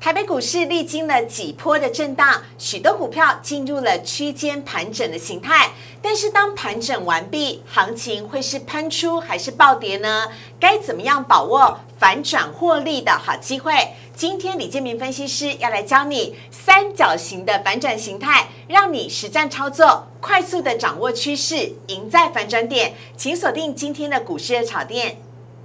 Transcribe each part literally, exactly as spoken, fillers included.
台北股市历经了几波的震荡，许多股票进入了区间盘整的形态。但是当盘整完毕，行情会是喷出还是暴跌呢？该怎么样把握反转获利的好机会？今天李建明分析师要来教你三角形的反转形态，让你实战操作，快速的掌握趋势，赢在反转点。请锁定今天的股市热炒店。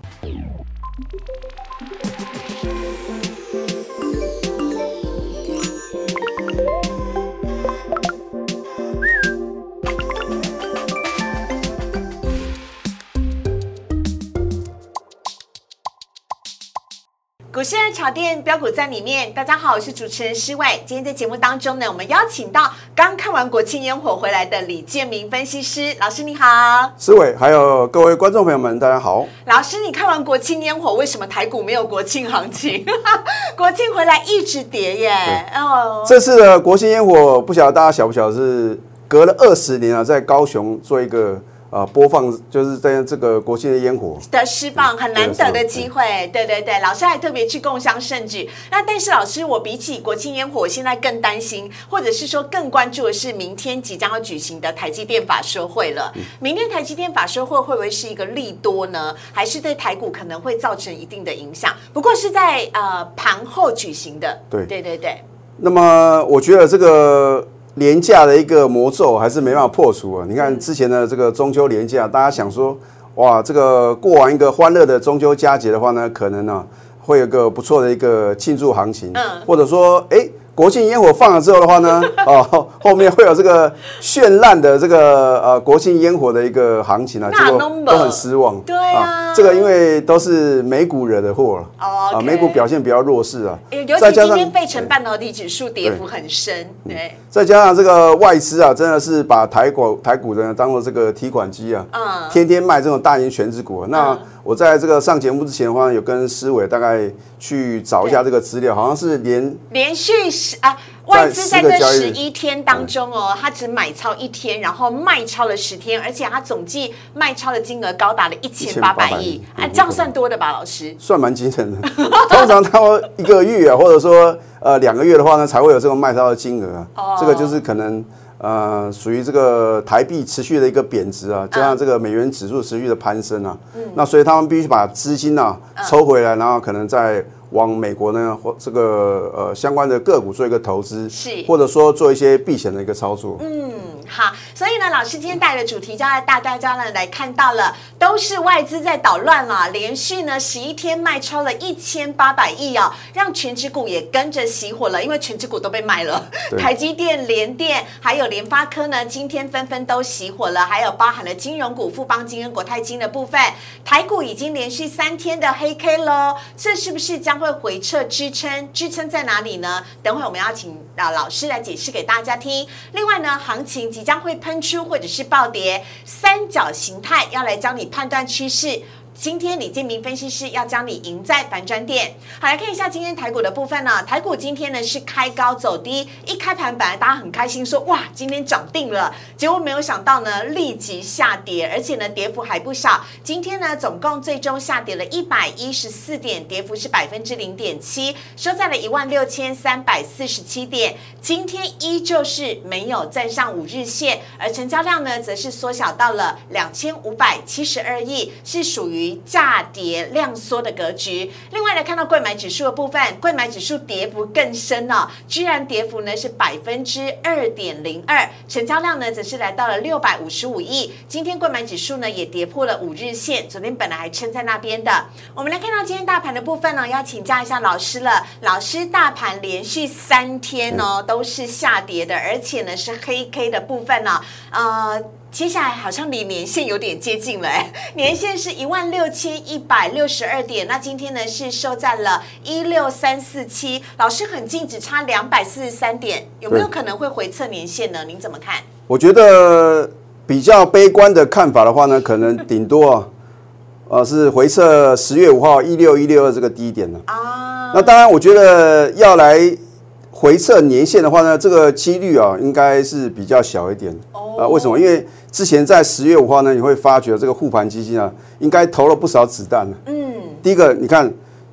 股市热炒店标股在里面，大家好，我是主持人施伟。今天在节目当中呢，我们邀请到刚看完国庆烟火回来的李建明分析师老师，你好。 施伟，还有各位观众朋友们，大家好。 老师，你看完国庆烟火，为什么台股没有国庆行情？国庆回来一直跌耶。哦， 这次的国庆烟火，不晓得大家晓不晓得是隔了二十年啊，在高雄做一个。啊，播放就是在这个国庆的烟火的释放，很难得的机会。对对对，老师还特别去共襄盛举。那但是老师，我比起国庆烟火，我现在更担心，或者是说更关注的是明天即将要举行的台积电法说会了。嗯、明天台积电法说会会不会是一个利多呢？还是对台股可能会造成一定的影响？不过是在呃盘后举行的。对对对对。 那么我觉得这个。连假的一个魔咒还是没办法破除啊！你看之前的这个中秋连假，大家想说，哇，这个过完一个欢乐的中秋佳节的话呢，可能呢、啊、会有个不错的一个庆祝行情，嗯，或者说，哎，国庆烟火放了之后的话呢，哦，后面会有这个绚烂的这个呃国庆烟火的一个行情啊，结果都很失望。 对啊， 这个因为都是美股惹的祸了， 哦， 啊，美股表现比较弱势啊， 尤其今天费城半导体指数跌幅很深，对， 再加上这个外资啊，真的是把台股台股呢当做这个提款机啊，嗯，天天卖这种大型权值股。那我在这个上节目之前的话，有跟施伟大概去找一下这个资料，好像是连连续十啊。外资在这十一天当中哦，他只买超一天，然后卖超了十天，而且他总计卖超的金额高达了一千八百亿啊，这样算多的吧，老师？ 算蛮惊人的。通常他一个月啊，或者说呃两个月的话呢，才会有这种卖超的金额啊。哦、这个就是可能呃属于这个台币持续的一个贬值啊，加上这个美元指数持续的攀升啊，嗯、那所以他们必须把资金啊抽回来，然后可能在。往美国呢，或这个呃相关的个股做一个投资，是或者说做一些避险的一个操作。 嗯，好，所以呢，老师今天带的主题就要带大家呢来看到了，都是外资在捣乱了，连续呢十一天卖超了一千八百亿啊，让全指股也跟着熄火了，因为全指股都被卖了，台积电、联电还有联发科呢，今天纷纷都熄火了，还有包含了金融股富邦金跟国泰金的部分，台股已经连续三天的黑 K 喽，这是不是将会回撤支撑？支撑在哪里呢？等会我们要请啊老师来解释给大家听。另外呢，行情即将会喷出或者是暴跌，三角形态要来教你判断趋势。今天李建明分析师要教你赢在反转点。好，来看一下今天台股的部分呢。台股今天呢是开高走低，一开盘本来大家很开心说哇今天涨定了，结果没有想到呢立即下跌，而且呢跌幅还不少。今天呢总共最终下跌了一百一十四点，跌幅是百分之零点七，收在了一万六千三百四十七点。今天依旧是没有站上五日线，而成交量呢则是缩小到了两千五百七十二亿，是属于价跌量缩的格局。另外来看到柜买指数的部分，柜买指数跌幅更深哦，居然跌幅呢是百分之二点零二，成交量呢则是来到了六百五十五亿。今天柜买指数呢也跌破了五日线，昨天本来还撑在那边的。我们来看到今天大盘的部分呢，要请教一下老师了。老师，大盘连续三天哦都是下跌的，而且呢是黑 K 的部分呢、哦，呃。接下来好像离年线有点接近了，哎，年线是一万六千一百六十二点，那今天呢是收在了一六三四七，老师很近，只差两百四十三点，有没有可能会回测年线呢？您怎么看？ 我觉得比较悲观的看法的话呢，可能顶多啊，呃，是回测十月五号一六一六二这个低点呢。啊，那当然，我觉得要来回测年线的话呢，这个几率啊应该是比较小一点。哦，啊，为什么？因为之前在十月五号呢，你会发觉这个护盘基金啊，应该投了不少子弹。嗯，第一个，你看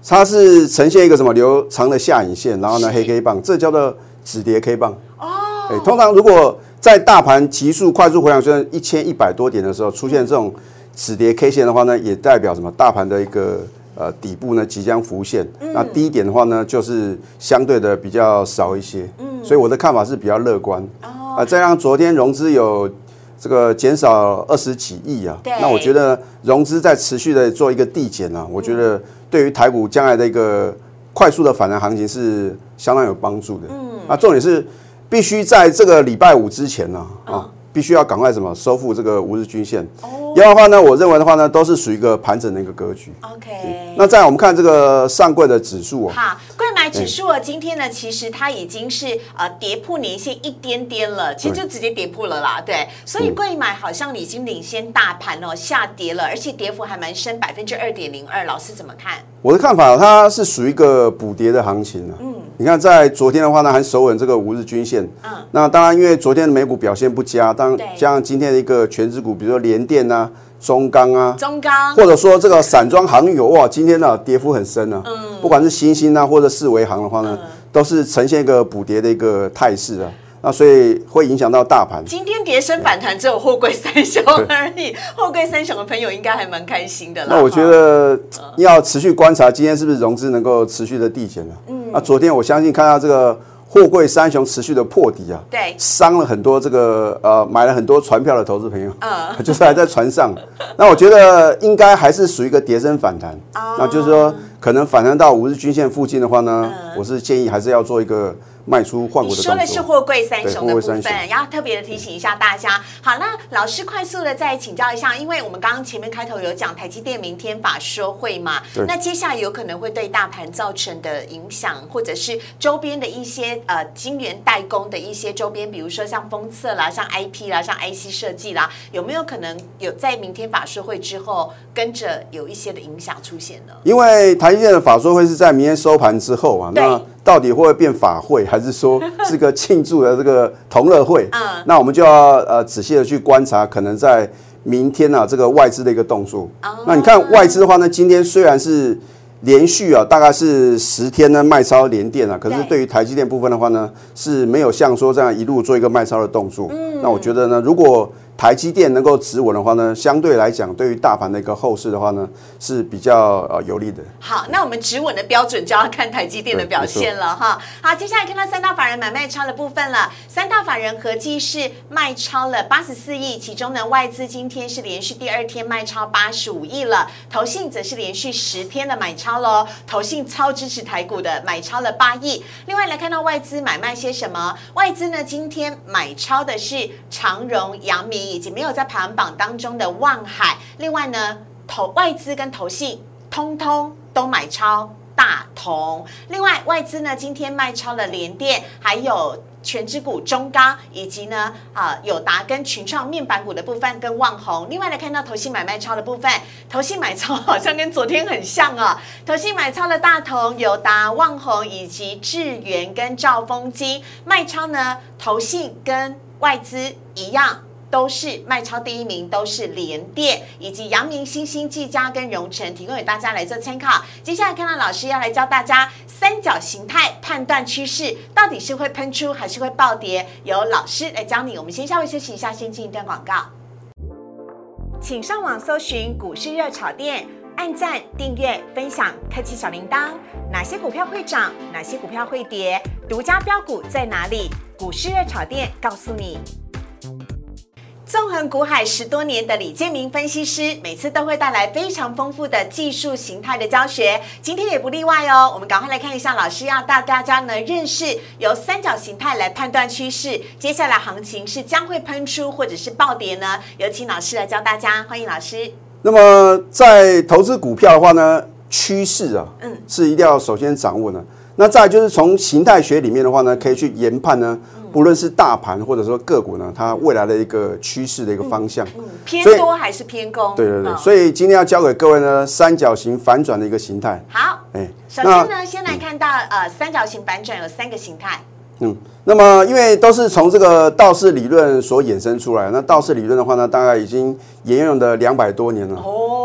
它是呈现一个什么留长的下影线，然后呢黑 K 棒，这叫做止跌 K 棒。哦，哎，通常如果在大盘急速快速回档，虽然一千一百多点的时候出现这种止跌 K 线的话呢，也代表什么？大盘的一个呃底部呢即将浮现。嗯、那低点的话呢，就是相对的比较少一些。嗯，所以我的看法是比较乐观。哦，啊、呃，再让昨天融资有这个减少二十几亿啊，那我觉得融资在持续的做一个递减啊，我觉得对于台股将来的一个快速的反弹行情是相当有帮助的。嗯，那重点是必须在这个礼拜五之前呢、啊，啊，必须要赶快什么收复这个五日均线。哦，要的话呢，我认为的话呢，都是属于一个盘整的一个格局。OK， 那再来我们看这个上柜的指数哦。 好，柜买指数哦，今天呢，其实它已经是呃跌破年线一点点了，其实就直接跌破了啦，对。所以柜买好像已经领先大盘哦，下跌了，而且跌幅还蛮深，百分之二点零二。老师怎么看？ 我的看法，它是属于一个补跌的行情啊。嗯，你看在昨天的话呢，还守稳这个五日均线。嗯，那当然，因为昨天的美股表现不佳，当加上今天的一个全指股，比如说联电啊。中钢啊， 中钢， 或者说这个散装航运有哇，今天呢跌幅很深啊。嗯，不管是新兴啊，或者四维航的话呢，嗯、都是呈现一个补跌的一个态势啊。那所以会影响到大盘。 今天跌升反弹只有货柜三雄而已，货柜三雄的朋友应该还蛮开心的啦。 那我觉得要持续观察今天是不是融资能够持续的递减啊。嗯，那昨天我相信看到这个。货柜三雄持续的破底啊， 对， 伤了很多这个呃买了很多船票的投资朋友，嗯，就是还在船上。那我觉得应该还是属于一个跌升反弹，哦、那就是说可能反弹到五日均线附近的话呢，嗯、我是建议还是要做一个卖出换股的动作。 你说的是货柜三雄的部分，要特别的提醒一下大家。好，那老师快速的再请教一下，因为我们刚刚前面开头有讲台积电明天法说会嘛，那接下来有可能会对大盘造成的影响，或者是周边的一些呃晶圆代工的一些周边，比如说像封测啦、像 I P 啦、像 I C 设计啦，有没有可能有在明天法说会之后跟着有一些的影响出现呢？ 因为台积电的法说会是在明天收盘之后啊，那到底会不会变法会，还是说是个庆祝的这个同乐会？嗯，那我们就要呃仔细的去观察，可能在明天啊这个外资的一个动作。哦、那你看外资的话呢，今天虽然是连续啊大概是十天呢卖超联电啊，可是对于台积电部分的话呢，是没有像说这样一路做一个卖超的动作。嗯，那我觉得呢，如果台积电能够止稳的话呢，相对来讲，对于大盘的一个后市的话呢，是比较呃有利的。 好，那我们止稳的标准就要看台积电的表现了哈。好，接下来看到三大法人买卖超的部分了，三大法人合计是卖超了八十四亿，其中呢外资今天是连续第二天卖超八十五亿了，投信则是连续十天的买超喽，投信超支持台股的买超了八亿。另外来看到外资买卖些什么，外资呢今天买超的是长荣、阳明。以及没有在排行榜当中的万海，另外呢，投外资跟投信通通都买超大同。另外外资呢今天卖超了联电，还有全指股中钢，以及呢啊、呃、友达跟群创面板股的部分跟旺宏。另外来看到投信买卖超的部分，投信买超好像跟昨天很像哦，投信买超了大同、友达、旺宏以及智原跟兆丰金，卖超呢投信跟外资一样。都是卖超第一名，都是联电以及阳明、新兴、技嘉跟荣成，提供给大家来做参考。接下来看到老师要来教大家三角形态判断趋势，到底是会喷出还是会暴跌，由老师来教你。我们先稍微休息一下，先进一段广告。请上网搜寻股市热炒店，按赞、订阅、分享，开启小铃铛。哪些股票会涨？哪些股票会跌？独家标股在哪里？股市热炒店告诉你。纵横股海十多年的李建明分析师，每次都会带来非常丰富的技术形态的教学，今天也不例外哦。我们赶快来看一下，老师要带大家呢认识由三角形态来判断趋势，接下来行情是将会喷出或者是暴跌呢？有请老师来教大家，欢迎老师。 那么在投资股票的话呢，趋势啊，嗯，是一定要首先掌握的。那再来就是从形态学里面的话呢，可以去研判呢。不论是大盘或者说个股呢，它未来的一个趋势的一个方向， 嗯嗯、偏多还是偏空？ 对对对，哦、所以今天要教给各位呢三角形反转的一个形态。 好，哎，首先呢，先来看到呃三角形反转有三个形态。 嗯，那么因为都是从这个道氏理论所衍生出来，那道氏理论的话呢，大概已经沿用的两百多年了。哦。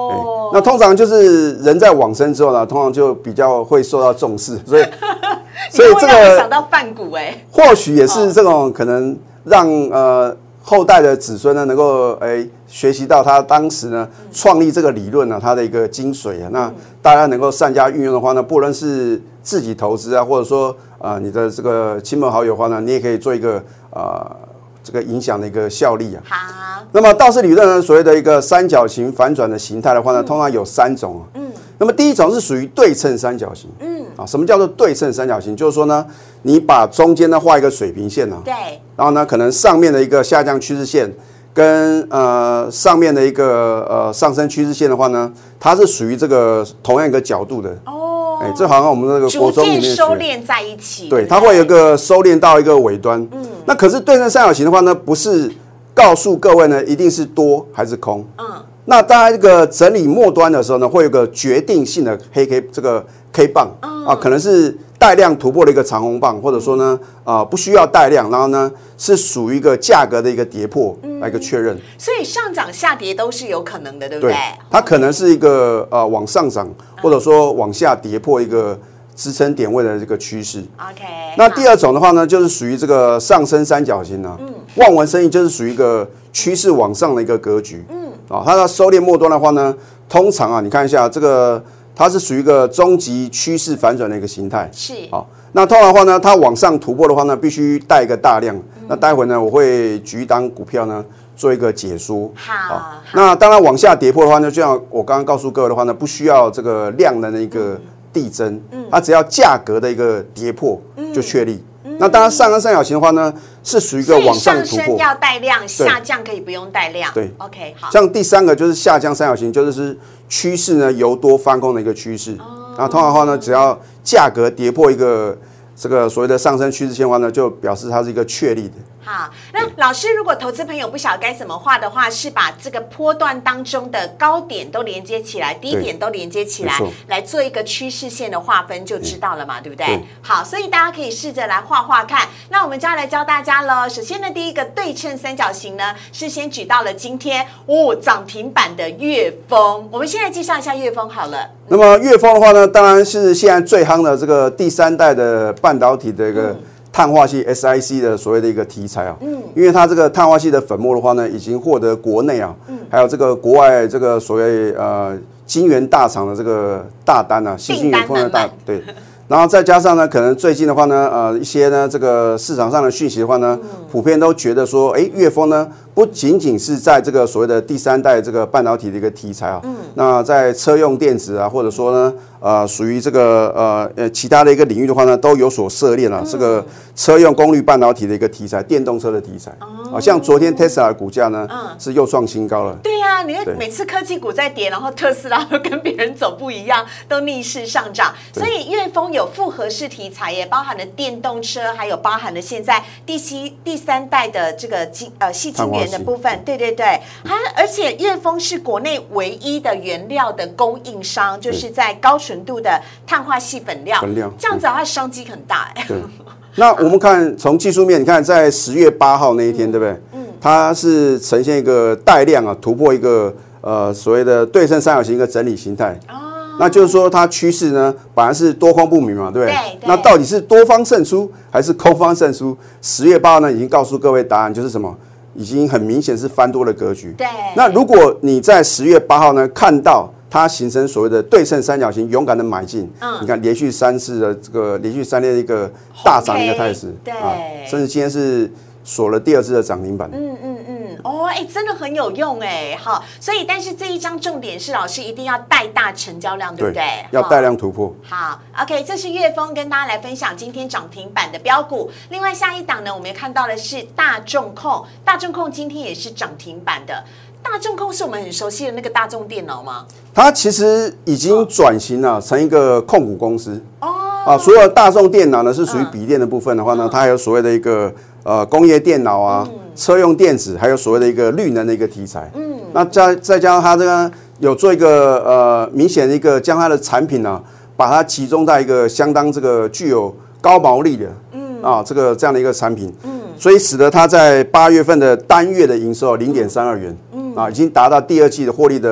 哦， 那通常就是人在往生之后呢，通常就比较会受到重视，所以所以这个想到梵谷哎， 或许也是这种可能让呃后代的子孙呢能够哎学习到他当时呢创立这个理论呢它的一个精髓啊，那大家能够善加运用的话呢，不论是自己投资啊，或者说啊、呃、你的这个亲朋好友的话呢，你也可以做一个啊。呃这个影响的一个效力啊。 好。 那么道氏理论呢，所谓的一个三角形反转的形态的话呢，嗯、通常有三种。嗯。那么第一种是属于对称三角形。嗯。啊，什么叫做对称三角形？就是说呢，你把中间呢画一个水平线啊。 对。 然后呢，可能上面的一个下降趋势线跟呃上面的一个呃上升趋势线的话呢，它是属于这个同样一个角度的。哦。哎，这好像我们那个国中里面逐渐收敛在一起。 对，它会有一个收敛到一个尾端。嗯。那可是对称三角形的话呢，不是告诉各位呢一定是多还是空。嗯。那当然，这个整理末端的时候呢，会有个决定性的黑 K 这个 K 棒、嗯、啊，可能是带量突破的一个长红棒，或者说呢，啊、呃、不需要带量，然后呢是属于一个价格的一个跌破来一个确认。 所以上涨下跌都是有可能的，对不对？对， 它可能是一个呃往上涨，或者说往下跌破一个支撑点位的这个趋势。 OK。 那第二种的话呢，就是属于这个上升三角形啊，嗯，望文生义就是属于一个趋势往上的一个格局。嗯。啊，它的收敛末端的话呢，通常啊，你看一下这个，它是属于一个终极趋势反转的一个形态。 是。 好，那通常的话呢，它往上突破的话呢，必须带一个大量。嗯、那待会呢，我会举一档股票呢，做一个解说。 好。好， 那当然往下跌破的话呢，就像我刚刚告诉各位的话呢，不需要这个量能的一个递增，嗯、它只要价格的一个跌破就确立。嗯、那当然上升三角形的话呢，是属于一个往上突破， 上升要带量，下降可以不用带量。 对 ，OK， 好。 像第三个就是下降三角形，就是趋势呢由多翻空的一个趋势。哦。那通常的话呢，只要价格跌破一个这个所谓的上升趋势线的话呢，就表示它是一个确立的。 好，那老师，如果投资朋友不晓得该怎么画的话，是把这个波段当中的高点都连接起来，低点都连接起来，来做一个趋势线的划分，就知道了嘛，对不对？对。好，所以大家可以试着来画画看。那我们就要来教大家了。首先呢，第一个对称三角形呢，是先举到了今天哦涨停板的粤丰。我们现在介绍一下粤丰好了。 那么粤丰的话呢，当然是现在最夯的这个第三代的半导体的一个。嗯碳化系 S I C 的所谓的一个题材啊，嗯，因为它这个碳化系的粉末的话呢，已经获得国内啊，嗯，还有这个国外这个所谓呃晶圆大厂的这个大单啊，细晶圆封的大对，然后再加上呢，可能最近的话呢，呃一些呢这个市场上的讯息的话呢，嗯、普遍都觉得说，哎，粤丰呢不仅仅是在这个所谓的第三代这个半导体的一个题材啊，嗯，那在车用电子啊，或者说呢。呃，属于这个呃呃其他的一个领域的话呢，都有所涉猎了。嗯、这个车用功率半导体的一个题材，电动车的题材，哦、啊，像昨天 Tesla 的股价呢，嗯、是又创新高了。 对呀、啊，你看每次科技股在跌，然后特斯拉都跟别人走不一样，都逆势上涨。所以粤丰有复合式题材，也包含了电动车，还有包含了现在第七第三代的这个晶呃矽晶圆的部分。对对对，它而且粤丰是国内唯一的原料的供应商，就是在高纯度的碳化系粉料，粉料这样子的话商机很大哎、欸。 对，那我们看从技术面，你看在十月八号那一天，嗯、对不对？嗯，它是呈现一个带量啊，突破一个呃所谓的对称三角形一个整理形态。哦，那就是说它趋势呢，本来是多空不明嘛，对不对？对。那到底是多方胜出还是空方胜出？十月八号呢，已经告诉各位答案，就是什么？已经很明显是翻多的格局。 对。 那如果你在十月八号呢看到它形成所谓的对称三角形，勇敢的买进，嗯，你看连续三次的这个连续三天的一个大涨的一个态势， 对， 啊，甚至今天是锁了第二次的涨停板。 嗯嗯嗯，哦，哎，真的很有用哎，好，所以但是这一张重点是老师一定要带大成交量，对不对？对， 要带量突破。 好 ，OK， 这是粤丰跟大家来分享今天涨停板的标股。另外下一档呢，我们也看到的是大众控，大众控今天也是涨停板的。大众控是我们很熟悉的那个大众电脑吗？ 它其实已经转型了，成一个控股公司。哦，啊，除了大众电脑呢是属于笔电的部分的话呢，嗯、它还有所谓的一个呃工业电脑啊、嗯、车用电子，还有所谓的一个绿能的一个题材。嗯，那再再加上它这个有做一个呃明显的一个将它的产品呢、啊，把它集中在一个相当这个具有高毛利的，嗯啊这个这样的一个产品。嗯。所以使得它在八月份的单月的营收零点三二元，嗯啊，已经达到第二季的获利的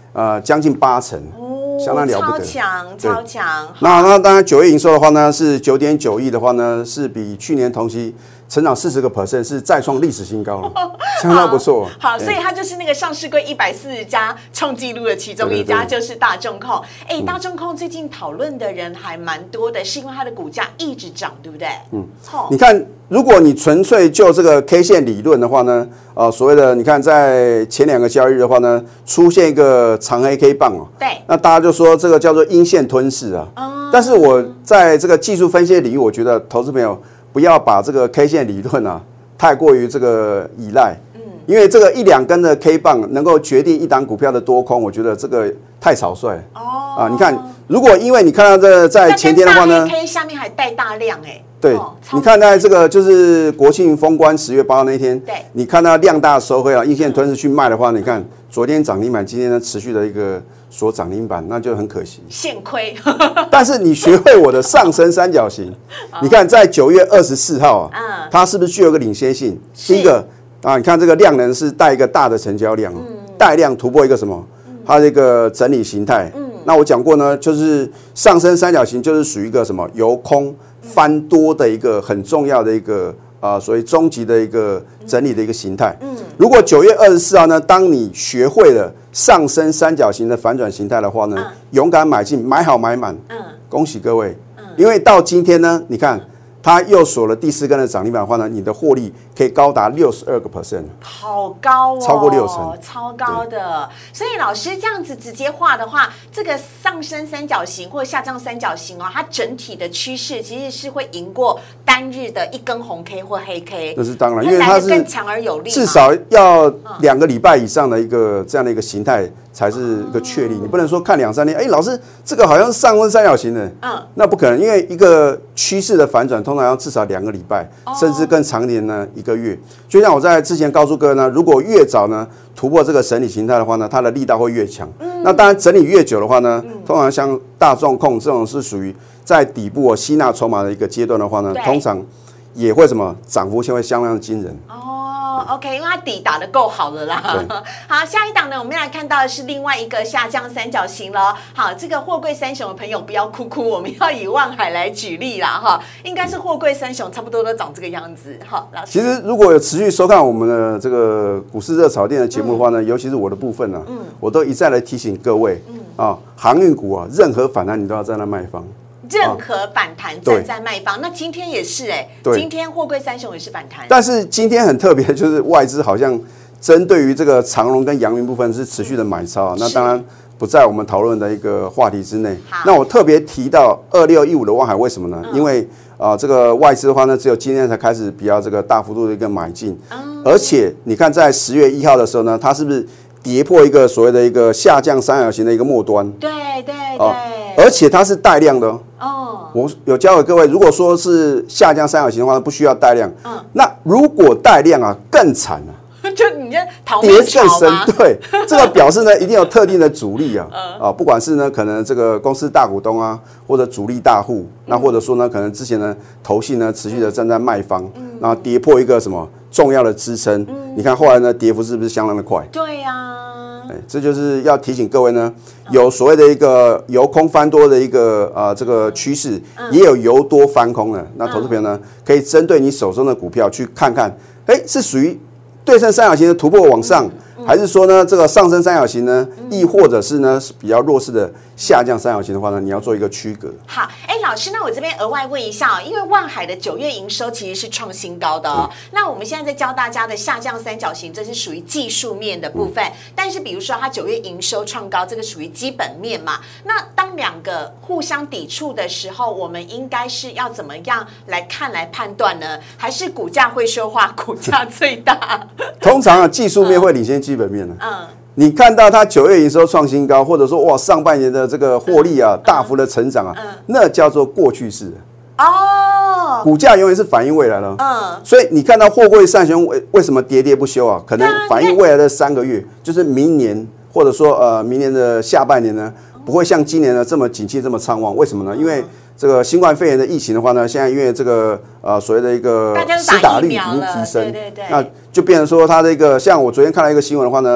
呃将近八成，哦，相当了不得， 超强超强。 那那当然九月营收的话呢是九点九亿的话呢，是比去年同期成长四十个 percent， 是再创历史新高了，相当不错。 好，所以它就是那个上市柜一百四十家创纪录的其中一家，就是大众控。哎，大众控最近讨论的人还蛮多的，是因为它的股价一直涨，对不对？嗯， 你看，如果你纯粹就这个 K 线理论的话呢，呃，所谓的你看在前两个交易日的话呢，出现一个长黑 K 棒哦， 对， 那大家就说这个叫做阴线吞噬啊。嗯，但是我在这个技术分析的领域，我觉得投资朋友不要把这个 K 线理论啊太过于这个依赖，嗯，因为这个一两根的 K 棒能够决定一档股票的多空，我觉得这个太草率哦。啊，你看，如果因为你看到这在前天的话呢 ，K 下面还带大量哎， 对，哦，你看在这个就是国庆封关十月八号那一天， 对， 你看到量大收回啊，阴线吞噬去卖的话，你看昨天涨停板，今天呢持续的一个锁涨停板，那就很可惜， 现亏。 但是你学会我的上升三角形，你看在九月二十四号啊，嗯，它是不是具有个领先性？第一个啊，你看这个量能是带一个大的成交量，嗯，带量突破一个什么？它这个整理形态，嗯，那我讲过呢，就是上升三角形就是属于一个什么由空翻多的一个很重要的一个啊、呃，所谓终极的一个整理的一个形态。嗯，如果九月二十四号呢，当你学会了上升三角形的反转形态的话呢，嗯，勇敢买进，买好买满，嗯，恭喜各位，嗯，因为到今天呢，你看它又锁了第四根的涨停板的话呢，你的获利可以高达六十二个 percent， 好高哦， 超过六成， 超高的。所以老师这样子直接画的话，这个上升三角形或者下降三角形哦，它整体的趋势其实是会赢过单日的一根红 K 或黑 K。 那是当然，因为它是更强而有力， 至少要两个礼拜以上的一个这样的一个形态才是一个确立。你不能说看两三天，哎，老师这个好像是上升三角形的，嗯，那不可能，因为一个趋势的反转通常要至少两个礼拜，哦，甚至更长一点呢一个月。就像我在之前告诉各位呢，如果越早呢突破这个整理形态的话呢，它的力道会越强。嗯，那当然整理越久的话呢，嗯，通常像大众控这种是属于在底部吸纳筹码的一个阶段的话呢，通常也会什么涨幅会相当惊人。 哦，OK， 因为它底打得够好了啦。好，下一档呢，我们来看到的是另外一个下降三角形了。好，这个货柜三雄的朋友不要哭哭，我们要以万海来举例啦哈。应该是货柜三雄差不多都长这个样子。好，老师。 其实如果有持续收看我们的这个股市热炒店的节目的话呢，嗯，尤其是我的部分呢，啊，嗯，我都一再来提醒各位，嗯，啊，航运股啊，任何反弹你都要在那卖方。 任何反弹站在卖方，那今天也是哎，欸，今天货柜三雄也是反弹。 但是今天很特别，就是外资好像针对于这个长荣跟阳明部分是持续的买超，那当然不在我们讨论的一个话题之内。那我特别提到二六一五的万海，为什么呢？嗯，因为啊，呃，这个外资的话呢，只有今天才开始比较这个大幅度的一个买进，嗯，而且你看在十月一号的时候呢，它是不是跌破一个所谓的一个下降三角形的一个末端？ 对对对，哦， 而且它是带量的哦。哦，我有教给各位，如果说是下降三角形的话，不需要带量。嗯，那如果带量啊，更惨啊， 就你这跌更深，对，这个表示呢，一定有特定的主力啊，嗯，啊，不管是呢，可能这个公司大股东啊，或者主力大户，那或者说呢，可能之前呢，投信呢持续的站在卖方，嗯，然后跌破一个什么重要的支撑，嗯，你看后来呢，跌幅是不是相当的快？ 对呀，啊。 这就是要提醒各位呢，有所谓的一个由空翻多的一个呃这个趋势，也有由多翻空的。那投资朋友呢，可以针对你手中的股票去看看，哎，是属于对称三角形的突破往上，还是说呢这个上升三角形呢，亦或者是呢比较弱势的下降三角形的话呢，你要做一个区隔。 好，哎，老师，那我这边额外问一下哦，因为万海的九月营收其实是创新高的哦。那我们现在在教大家的下降三角形，这是属于技术面的部分。嗯，但是比如说它九月营收创高，这个属于基本面嘛。那当两个互相抵触的时候，我们应该是要怎么样来看来判断呢？还是股价会说话，股价最大？ 通常啊，技术面会领先基本面的。嗯。你看到它九月营收创新高，或者说哇上半年的这个获利啊，嗯，大幅的成长啊，嗯，那叫做过去式哦。股价永远是反映未来了。嗯，所以你看到货柜三雄为为什么喋喋不休啊？可能反映未来的三个月，就是明年或者说呃明年的下半年呢，不会像今年呢这么景气这么畅旺。为什么呢？因为这个新冠肺炎的疫情的话呢，现在因为这个呃所谓的一个施打率已经提升， 对对对， 那就变成说它的一个像我昨天看到一个新闻的话呢。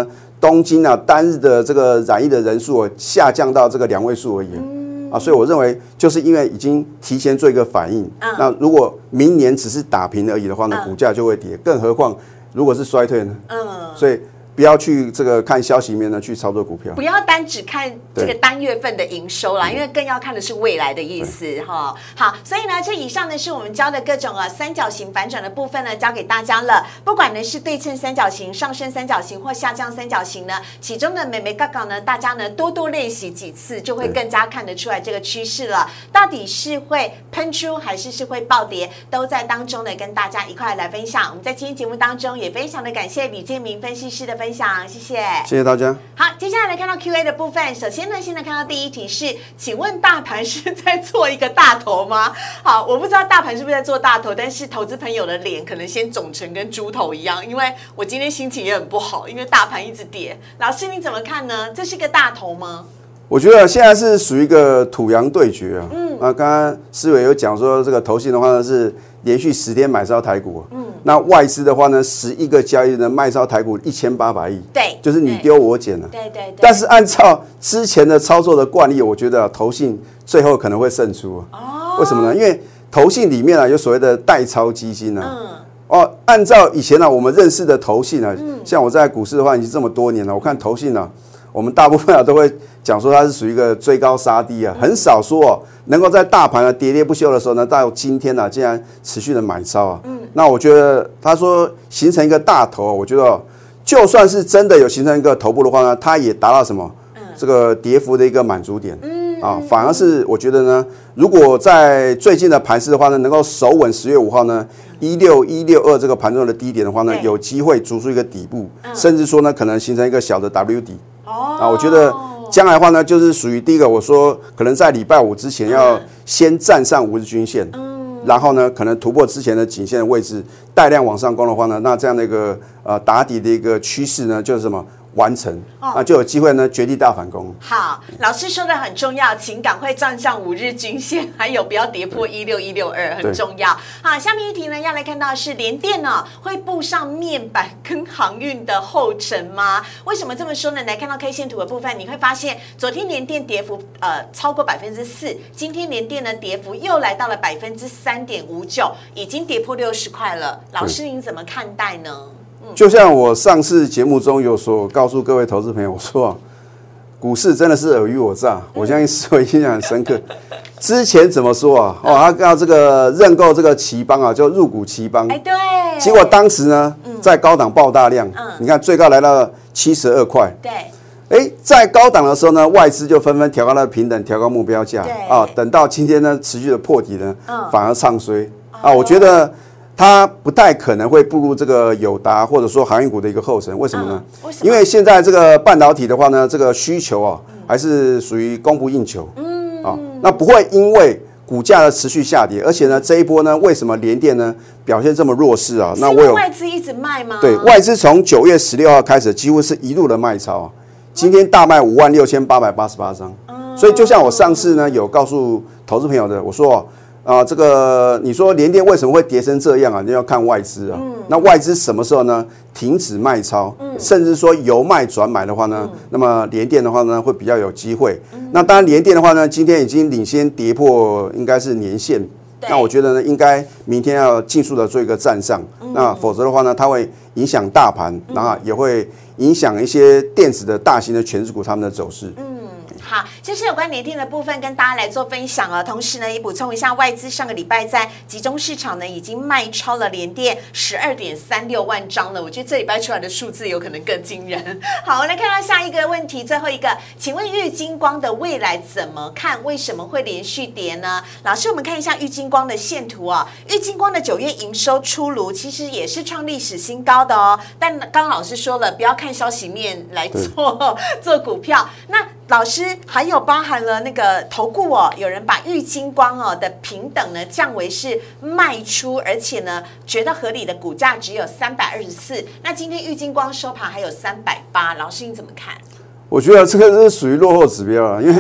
东京啊单日的这个染疫的人数下降到这个两位数而已。嗯、啊，所以我认为就是因为已经提前做一个反应。嗯、那如果明年只是打平而已的话呢，嗯、股价就会跌，更何况如果是衰退呢？嗯，所以。不要去这个看消息面呢，去操作股票。 不要单只看这个单月份的营收啦，因为更要看的是未来的意思哈。好，所以呢，这以上呢是我们教的各种啊三角形反转的部分呢，教给大家了。不管呢是对称三角形、上升三角形或下降三角形呢，其中的美眉杠杠呢，大家呢多多练习几次，就会更加看得出来这个趋势了。到底是会喷出还是是会暴跌，都在当中呢跟大家一块来分享。我们在今天节目当中也非常的感谢李建明分析师的分享，谢谢， 谢谢大家。 好，接下来来看到 Q A 的部分。首先呢，现在看到第一题是，请问大盘是在做一个大头吗？好，我不知道大盘是不是在做大头，但是投资朋友的脸可能先肿成跟猪头一样，因为我今天心情也很不好，因为大盘一直跌。老师你怎么看呢？这是一个大头吗？ 我觉得现在是属于一个土洋对决啊。嗯，那刚刚思维有讲说，这个投信的话呢是连续十天买超台股。嗯，那外资的话呢，十一个交易日呢卖超台股一千八百亿。 对， 就是你丢我捡了。 对对对。 但是按照之前的操作的惯例，我觉得、啊、投信最后可能会胜出。哦。为什么呢？因为投信里面啊有所谓的代操基金啊。嗯。哦，按照以前呢、啊、我们认识的投信啊，嗯、像我在股市的话已经这么多年了，我看投信啊。我们大部分啊都会讲说它是属于一个追高杀低啊，很少说、哦、能够在大盘啊喋喋不休的时候呢，到今天呢、啊、竟然持续的买超啊。嗯，那我觉得他说形成一个大头，我觉得、哦、就算是真的有形成一个头部的话呢，它也达到什么？嗯、这个跌幅的一个满足点。嗯啊，反而是我觉得呢，如果在最近的盘势的话呢，能够守稳十月五号呢一六一六二这个盘中的低点的话呢，有机会逐出一个底部，嗯、甚至说呢可能形成一个小的 W 底。哦，啊，我觉得将来的话呢，就是属于第一个，我说可能在礼拜五之前要先站上五日均线，嗯，然后呢，可能突破之前的颈线的位置，带量往上攻的话呢，那这样的一个呃打底的一个趋势呢，就是什么？完成，那、哦、就有机会呢绝地大反攻。 好，老师说的很重要，请赶快站上五日均线，还有不要跌破一六一六二，很重要。好，下面一题呢要来看到的是联电呢会步上面板跟航运的后尘吗？为什么这么说呢？来看到 K 线图的部分，你会发现昨天联电跌幅呃超过百分之四，今天联电呢跌幅又来到了百分之三点五九，已经跌破六十块了。老师您怎么看待呢？ 就像我上次节目中有所告诉各位投资朋友，我说啊，股市真的是尔虞我诈，我相信思维印象很深刻。之前怎么说啊？哦，他要这个认购这个奇邦啊，就入股奇邦。哎， 对。 结果当时呢，在高档爆大量，嗯，你看最高来到七十二块。 对。 哎，在高档的时候呢，外资就纷纷调高了平等，调高目标价。对。啊，等到今天呢，持续的破底呢，嗯、反而唱衰。啊，我觉得。它不太可能会步入这个友达或者说航运股的一个后尘，为什么呢？嗯、为什么？因为现在这个半导体的话呢，这个需求啊，嗯、还是属于供不应求，嗯，啊，那不会因为股价的持续下跌，而且呢，这一波呢，为什么联电呢表现这么弱势啊？ 那我有外资一直卖吗？ 对，外资从九月十六号开始，几乎是一路的卖超啊，今天大卖五万六千八百八十八张，嗯、所以就像我上次呢有告诉投资朋友的，我说、啊。啊，这个你说联电为什么会跌成这样啊？你要看外资啊。嗯、那外资什么时候呢？停止卖超，嗯、甚至说由卖转买的话呢，嗯、那么联电的话呢会比较有机会。嗯、那当然联电的话呢，今天已经领先跌破应该是年线。那我觉得呢，应该明天要尽速的做一个站上。嗯、那否则的话呢，它会影响大盘，嗯、然后也会影响一些电子的大型的权值股他们的走势。嗯好，这是有关联电的部分跟大家来做分享啊。同时呢，也补充一下，外资上个礼拜在集中市场呢已经卖超了联电十二点三六万张了。我觉得这礼拜出来的数字有可能更惊人。好，我来看到下一个问题，最后一个，请问玉晶光的未来怎么看？为什么会连续跌呢？老师，我们看一下玉晶光的线图啊。玉晶光的九月营收出炉，其实也是创历史新高的哦。但刚刚老师说了，不要看消息面来做做股票。那老师还有包含了那个投顾哦，有人把玉晶光哦的平等呢降为是卖出，而且呢觉得合理的股价只有三百二十四。那今天玉晶光收盘还有三百八，老师你怎么看？ 我觉得这个是属于落后指标啊，因为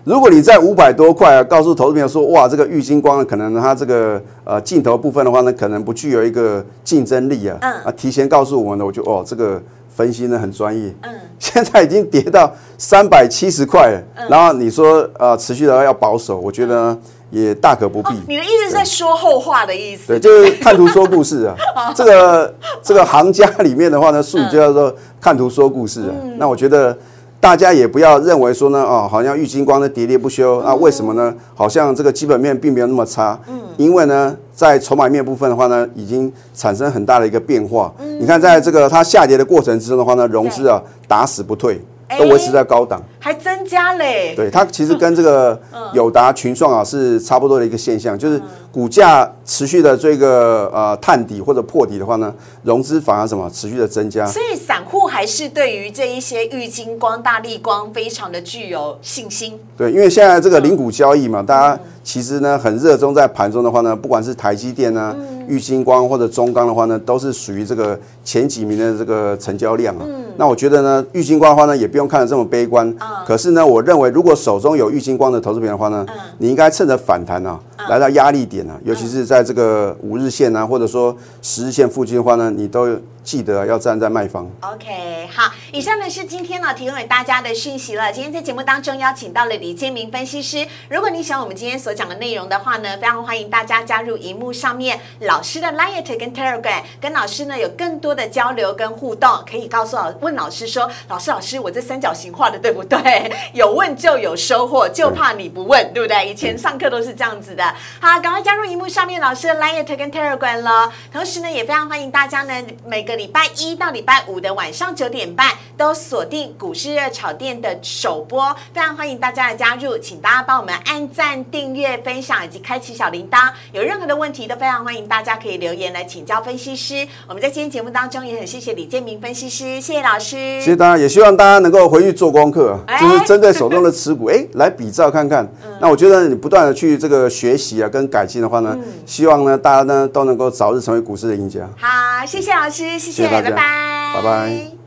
如果你在五百多块啊，告诉投资朋友说，哇，这个玉晶光可能它这个呃镜头部分的话呢，可能不具有一个竞争力啊，嗯、啊，提前告诉我们的，我觉得哦，这个分析呢很专业，嗯，现在已经跌到三百七十块了，嗯、然后你说呃持续的要保守，我觉得呢也大可不必。哦、 你的意思是在说后话的意思？ 对，就是看图说故事啊。这个这个行家里面的话呢，术语就叫做看图说故事啊。嗯、那我觉得。大家也不要认为说呢，哦，好像玉晶光的喋喋不休，那、啊、为什么呢？好像这个基本面并没有那么差，嗯，因为呢，在筹码面部分的话呢，已经产生很大的一个变化。嗯、你看，在这个它下跌的过程之中的话呢，融资啊打死不退，都维持在高档， 还增加嘞。 对，它其实跟这个友达、群创啊是差不多的一个现象，就是股价持续的这个呃探底或者破底的话呢，融资反而什么持续的增加。 所以散户还是对于这一些玉晶光、大立光非常的具有信心。 对，因为现在这个零股交易嘛，大家其实呢很热衷在盘中的话呢，不管是台积电啊、嗯、玉晶光或者中钢的话呢，都是属于这个前几名的这个成交量啊。嗯、那我觉得呢，玉晶光的话呢，也不用看得这么悲观。嗯、可是呢，我认为如果手中有玉晶光的投资品的话呢，嗯、你应该趁着反弹啊，嗯、来到压力点啊，尤其是在这个五日线啊，或者说十日线附近的话呢，你都记得要站在卖方。 OK， 好，以上呢是今天呢提供给大家的讯息了。今天在节目当中邀请到了李建明分析师。如果你喜欢我们今天所讲的内容的话呢，非常欢迎大家加入荧幕上面老师的 Line 跟 Telegram， 跟老师呢有更多的交流跟互动，可以告诉老问老师说，老师老师，我这三角形画的对不对？有问就有收获，就怕你不问，对不对？以前上课都是这样子的。好，赶快加入荧幕上面老师的 Line 跟 Telegram 了。同时呢，也非常欢迎大家呢每个礼拜一到礼拜五的晚上九点半都锁定股市热炒店的首播，非常欢迎大家的加入，请大家帮我们按赞、订阅、分享以及开启小铃铛。有任何的问题都非常欢迎大家可以留言来请教分析师。我们在今天节目当中也很谢谢李建明分析师，谢谢老师， 谢谢大家，也希望大家能够回去做功课，哎、就是针对手中的持股，哎，来比照看看。嗯、那我觉得你不断的去这个学习啊，跟改进的话呢，嗯、希望呢大家呢都能够早日成为股市的赢家。 好，谢谢老师，谢谢， 谢谢大家， 拜拜， 拜拜。